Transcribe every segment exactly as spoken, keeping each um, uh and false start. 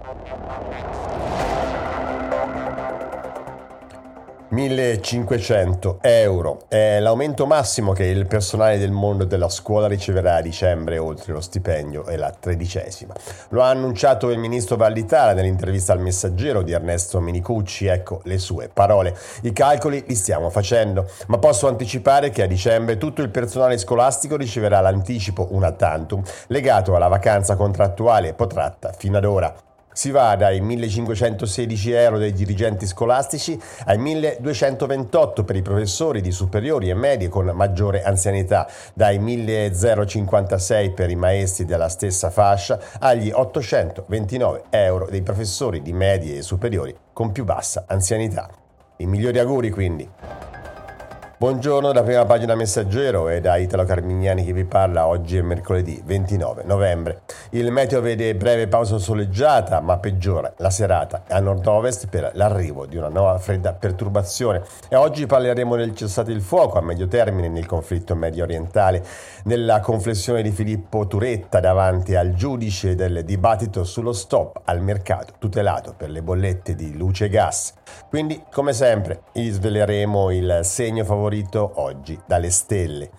millecinquecento euro è l'aumento massimo che il personale del mondo della scuola riceverà a dicembre, oltre lo stipendio e la tredicesima. Lo ha annunciato il ministro Valditara nell'intervista al Messaggero di Ernesto Minicucci. Ecco le sue parole: i calcoli li stiamo facendo, ma posso anticipare che a dicembre tutto il personale scolastico riceverà l'anticipo una tantum legato alla vacanza contrattuale protratta fino ad ora. Si va dai millecinquecentosedici euro dei dirigenti scolastici ai milleduecentoventotto per i professori di superiori e medie con maggiore anzianità, dai millecinquantasei per i maestri della stessa fascia agli ottocentoventinove euro dei professori di medie e superiori con più bassa anzianità. I migliori auguri quindi. Buongiorno da Prima Pagina Messaggero e da Italo Carmignani che vi parla. Oggi è mercoledì ventinove novembre. Il meteo vede breve pausa soleggiata, ma peggiora la serata a nord-ovest per l'arrivo di una nuova fredda perturbazione. E oggi parleremo del cessate il fuoco a medio termine nel conflitto medio orientale, nella confessione di Filippo Turetta davanti al giudice del dibattito sullo stop al mercato tutelato per le bollette di luce e gas. Quindi, come sempre, vi sveleremo il segno favorito oggi dalle stelle.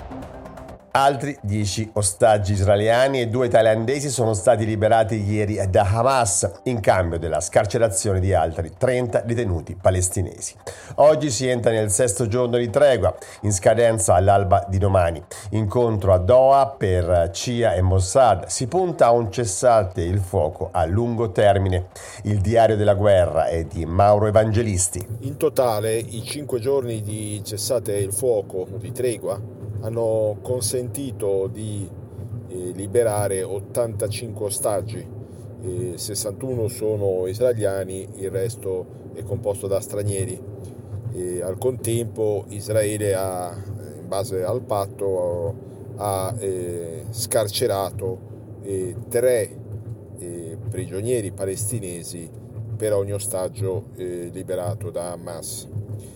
Altri dieci ostaggi israeliani e due thailandesi sono stati liberati ieri da Hamas in cambio della scarcerazione di altri trenta detenuti palestinesi. Oggi si entra nel sesto giorno di tregua, in scadenza all'alba di domani. Incontro a Doha per C I A e Mossad. Si punta a un cessate il fuoco a lungo termine. Il diario della guerra è di Mauro Evangelisti. In totale i cinque giorni di cessate il fuoco, di tregua, hanno consentito di eh, liberare ottantacinque ostaggi, eh, sessantuno sono israeliani, il resto è composto da stranieri. E al contempo Israele ha, in base al patto, ha eh, scarcerato eh, tre eh, prigionieri palestinesi per ogni ostaggio eh, liberato da Hamas.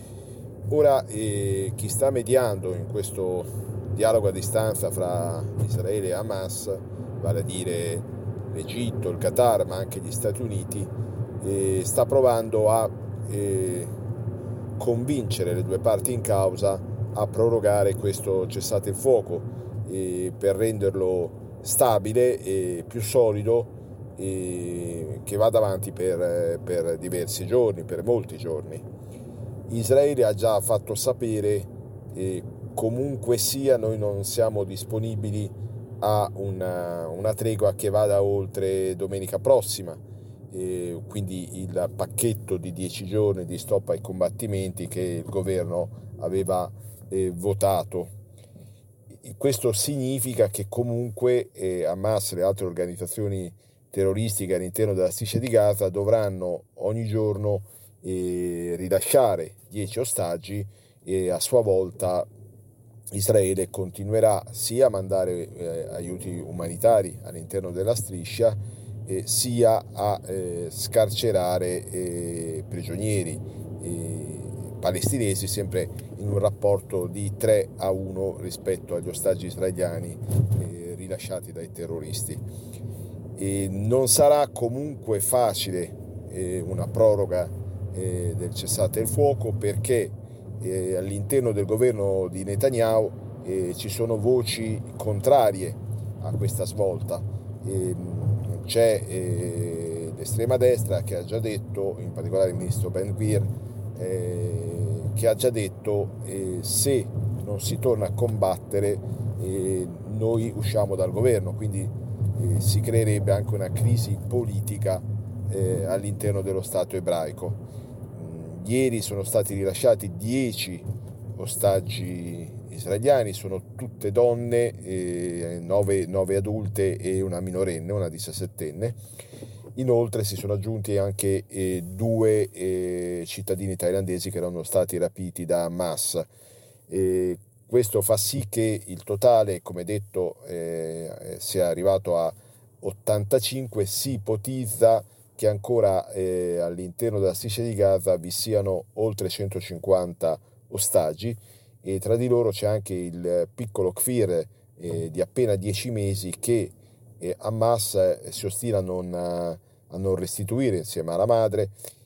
Ora eh, chi sta mediando in questo dialogo a distanza fra Israele e Hamas, vale a dire l'Egitto, il Qatar, ma anche gli Stati Uniti, eh, sta provando a eh, convincere le due parti in causa a prorogare questo cessate il fuoco eh, per renderlo stabile e più solido, eh, che vada avanti per, per diversi giorni, per molti giorni. Israele ha già fatto sapere che comunque sia noi non siamo disponibili a una, una tregua che vada oltre domenica prossima, e quindi il pacchetto di dieci giorni di stop ai combattimenti che il governo aveva eh, votato. Questo significa che comunque eh, Hamas e le altre organizzazioni terroristiche all'interno della striscia di Gaza dovranno ogni giorno e rilasciare dieci ostaggi, e a sua volta Israele continuerà sia a mandare eh, aiuti umanitari all'interno della striscia eh, sia a eh, scarcerare eh, prigionieri eh, palestinesi, sempre in un rapporto di tre a uno rispetto agli ostaggi israeliani eh, rilasciati dai terroristi. E non sarà comunque facile eh, una proroga Eh, del cessate il fuoco, perché eh, all'interno del governo di Netanyahu eh, ci sono voci contrarie a questa svolta. Eh, c'è eh, l'estrema destra che ha già detto, in particolare il ministro Ben Gvir, eh, che ha già detto eh, se non si torna a combattere eh, noi usciamo dal governo, quindi eh, si creerebbe anche una crisi politica eh, all'interno dello Stato ebraico. Ieri sono stati rilasciati dieci ostaggi israeliani, sono tutte donne, eh, nove, nove adulte e una minorenne, una diciassettenne. Inoltre si sono aggiunti anche eh, due eh, cittadini thailandesi che erano stati rapiti da Hamas. Eh, questo fa sì che il totale, come detto, eh, sia arrivato a ottantacinque. Si ipotizza che ancora eh, all'interno della striscia di Gaza vi siano oltre centocinquanta ostaggi, e tra di loro c'è anche il piccolo Kfir eh, di appena dieci mesi che eh, Hamas eh, si ostina a non, a a non restituire insieme alla madre.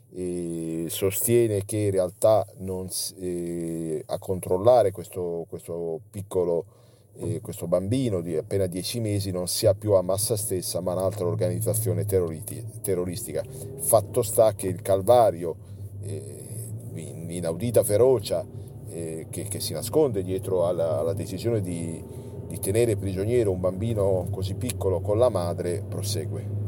E sostiene che in realtà non, eh, a controllare questo, questo piccolo eh, questo bambino di appena dieci mesi non sia più Hamas stessa ma un'altra organizzazione terroristica. Fatto sta che il calvario, eh, in inaudita ferocia, eh, che, che si nasconde dietro alla, alla decisione di, di tenere prigioniero un bambino così piccolo con la madre, prosegue.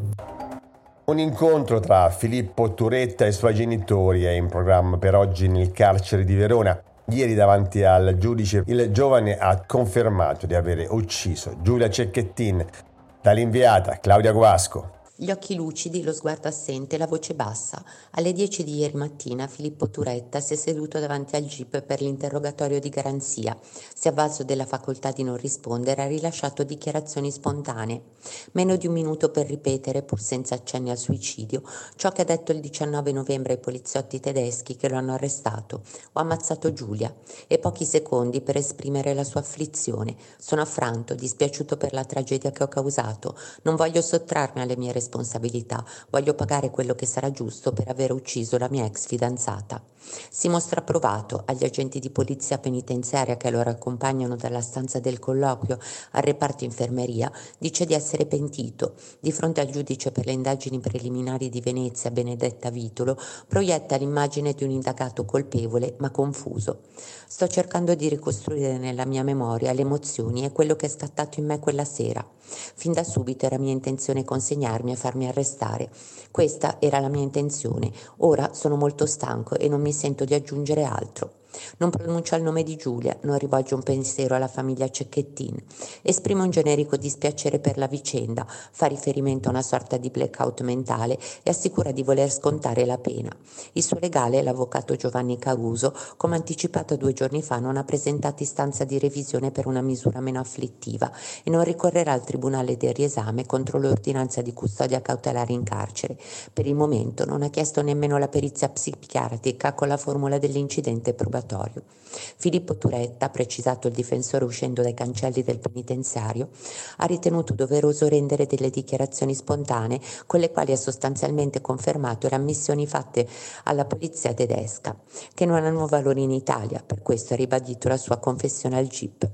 Un incontro tra Filippo Turetta e i suoi genitori è in programma per oggi nel carcere di Verona. Ieri davanti al giudice il giovane ha confermato di avere ucciso Giulia Cecchettin. Dall'inviata Claudia Guasco. Gli occhi lucidi, lo sguardo assente, la voce bassa. Alle dieci di ieri mattina Filippo Turetta si è seduto davanti al jeep per l'interrogatorio di garanzia. Si è avvalso della facoltà di non rispondere e ha rilasciato dichiarazioni spontanee. Meno di un minuto per ripetere, pur senza accenni al suicidio, ciò che ha detto il diciannove novembre ai poliziotti tedeschi che lo hanno arrestato. Ho ammazzato Giulia. E pochi secondi per esprimere la sua afflizione. Sono affranto, dispiaciuto per la tragedia che ho causato. Non voglio sottrarmi alle mie responsabilità. responsabilità, voglio pagare quello che sarà giusto per aver ucciso la mia ex fidanzata. Si mostra provato agli agenti di polizia penitenziaria che lo accompagnano dalla stanza del colloquio al reparto infermeria, dice di essere pentito. Di fronte al giudice per le indagini preliminari di Venezia, Benedetta Vitolo, proietta l'immagine di un indagato colpevole ma confuso. Sto cercando di ricostruire nella mia memoria le emozioni e quello che è scattato in me quella sera. Fin da subito era mia intenzione consegnarmi e farmi arrestare. Questa era la mia intenzione. Ora sono molto stanco e non mi sento di aggiungere altro. Non pronuncia il nome di Giulia, non rivolge un pensiero alla famiglia Cecchettin. Esprime un generico dispiacere per la vicenda, fa riferimento a una sorta di blackout mentale e assicura di voler scontare la pena. Il suo legale, l'avvocato Giovanni Caruso, come anticipato due giorni fa, non ha presentato istanza di revisione per una misura meno afflittiva e non ricorrerà al tribunale del riesame contro l'ordinanza di custodia cautelare in carcere. Per il momento non ha chiesto nemmeno la perizia psichiatrica con la formula dell'incidente probatorio. Filippo Turetta, ha precisato il difensore uscendo dai cancelli del penitenziario, ha ritenuto doveroso rendere delle dichiarazioni spontanee con le quali ha sostanzialmente confermato le ammissioni fatte alla polizia tedesca, che non hanno valore in Italia, per questo ha ribadito la sua confessione al G I P.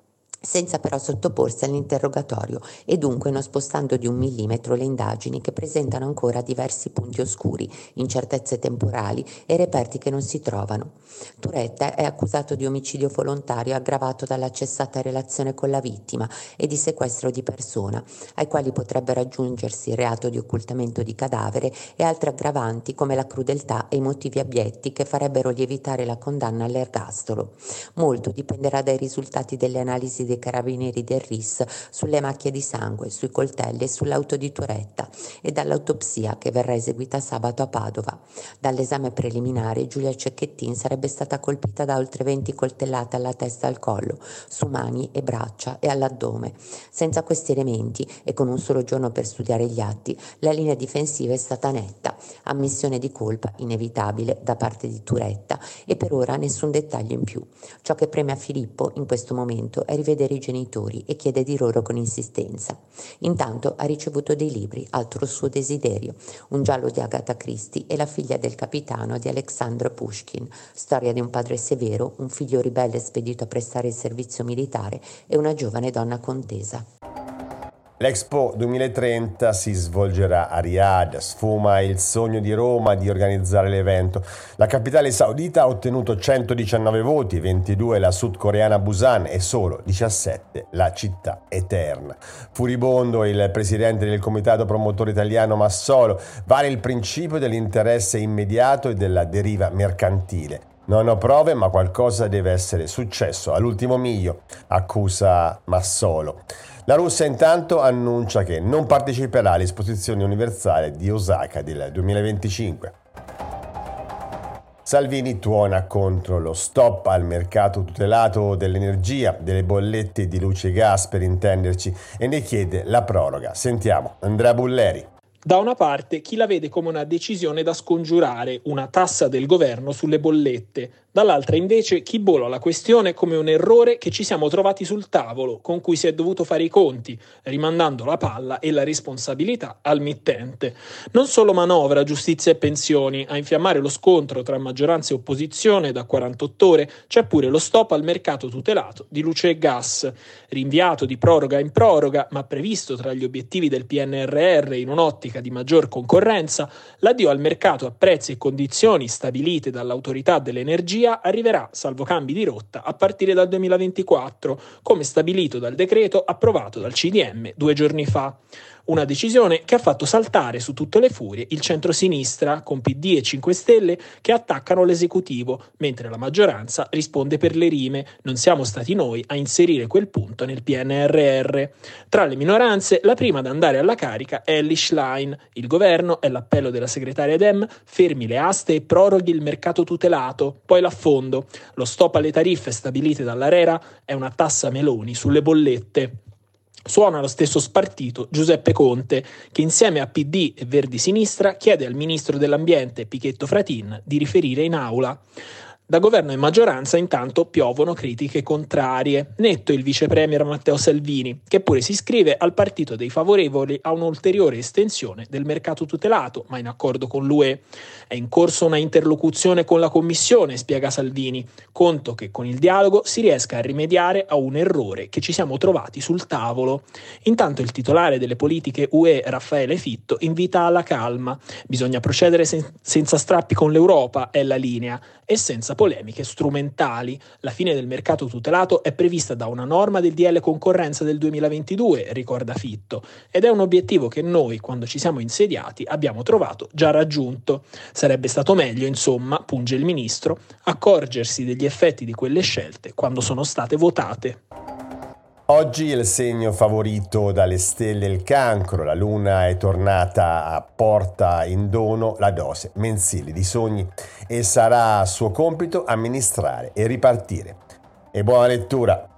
Senza però sottoporsi all'interrogatorio e dunque non spostando di un millimetro le indagini che presentano ancora diversi punti oscuri, incertezze temporali e reperti che non si trovano. Turetta è accusato di omicidio volontario aggravato dalla cessata relazione con la vittima e di sequestro di persona, ai quali potrebbero aggiungersi il reato di occultamento di cadavere e altre aggravanti come la crudeltà e i motivi abietti che farebbero lievitare la condanna all'ergastolo. Molto dipenderà dai risultati delle analisi dei carabinieri del R I S sulle macchie di sangue, sui coltelli e sull'auto di Turetta e dall'autopsia che verrà eseguita sabato a Padova. Dall'esame preliminare Giulia Cecchettin sarebbe stata colpita da oltre venti coltellate alla testa e al collo, su mani e braccia e all'addome. Senza questi elementi e con un solo giorno per studiare gli atti, la linea difensiva è stata netta, ammissione di colpa inevitabile da parte di Turetta e per ora nessun dettaglio in più. Ciò che preme a Filippo in questo momento è rivedere i genitori e chiede di loro con insistenza. Intanto ha ricevuto dei libri, altro suo desiderio, un giallo di Agatha Christie e La figlia del capitano di Alexandr Pushkin, storia di un padre severo, un figlio ribelle spedito a prestare il servizio militare e una giovane donna contesa. L'Expo duemilatrenta si svolgerà a Riyadh, sfuma il sogno di Roma di organizzare l'evento. La capitale saudita ha ottenuto centodiciannove voti, ventidue la sudcoreana Busan e solo diciassette la città eterna. Furibondo il presidente del comitato promotore italiano Massolo, vale il principio dell'interesse immediato e della deriva mercantile. Non ho prove, ma qualcosa deve essere successo all'ultimo miglio, accusa Massolo. La Russia intanto annuncia che non parteciperà all'esposizione universale di Osaka del duemilaventicinque. Salvini tuona contro lo stop al mercato tutelato dell'energia, delle bollette di luce e gas per intenderci, e ne chiede la proroga. Sentiamo Andrea Bulleri. Da una parte chi la vede come una decisione da scongiurare, una tassa del governo sulle bollette, dall'altra invece chi bolla la questione come un errore che ci siamo trovati sul tavolo, con cui si è dovuto fare i conti, rimandando la palla e la responsabilità al mittente. Non solo manovra, giustizia e pensioni, a infiammare lo scontro tra maggioranza e opposizione da quarantotto ore c'è pure lo stop al mercato tutelato di luce e gas, rinviato di proroga in proroga, ma previsto tra gli obiettivi del P N R R in un'ottica di maggior concorrenza, l'addio al mercato a prezzi e condizioni stabilite dall'autorità dell'energia arriverà, salvo cambi di rotta, a partire dal duemilaventiquattro, come stabilito dal decreto approvato dal C D M due giorni fa. Una decisione che ha fatto saltare su tutte le furie il centrosinistra, con P D e cinque Stelle che attaccano l'esecutivo, mentre la maggioranza risponde per le rime: non siamo stati noi a inserire quel punto nel P N R R. Tra le minoranze, la prima ad andare alla carica è Elly Schlein. Il governo è l'appello della segretaria Dem: fermi le aste e proroghi il mercato tutelato, poi l'affondo. Lo stop alle tariffe stabilite dall'ARERA è una tassa Meloni sulle bollette. Suona lo stesso spartito Giuseppe Conte, che insieme a P D e Verdi Sinistra chiede al ministro dell'Ambiente Pichetto Fratin di riferire in aula. Da governo e maggioranza intanto piovono critiche contrarie. Netto il vice premier Matteo Salvini, che pure si iscrive al partito dei favorevoli a un'ulteriore estensione del mercato tutelato, ma in accordo con l'U E. È in corso una interlocuzione con la Commissione, spiega Salvini, conto che con il dialogo si riesca a rimediare a un errore che ci siamo trovati sul tavolo. Intanto il titolare delle politiche U E, Raffaele Fitto, invita alla calma. Bisogna procedere sen- senza strappi con l'Europa, è la linea, e senza polemiche strumentali. La fine del mercato tutelato è prevista da una norma del D L concorrenza del duemilaventidue, ricorda Fitto, ed è un obiettivo che noi, quando ci siamo insediati, abbiamo trovato già raggiunto. Sarebbe stato meglio, insomma, punge il ministro, accorgersi degli effetti di quelle scelte quando sono state votate. Oggi il segno favorito dalle stelle è il Cancro. La luna è tornata a porta in dono la dose mensile di sogni e sarà suo compito amministrare e ripartire. E buona lettura!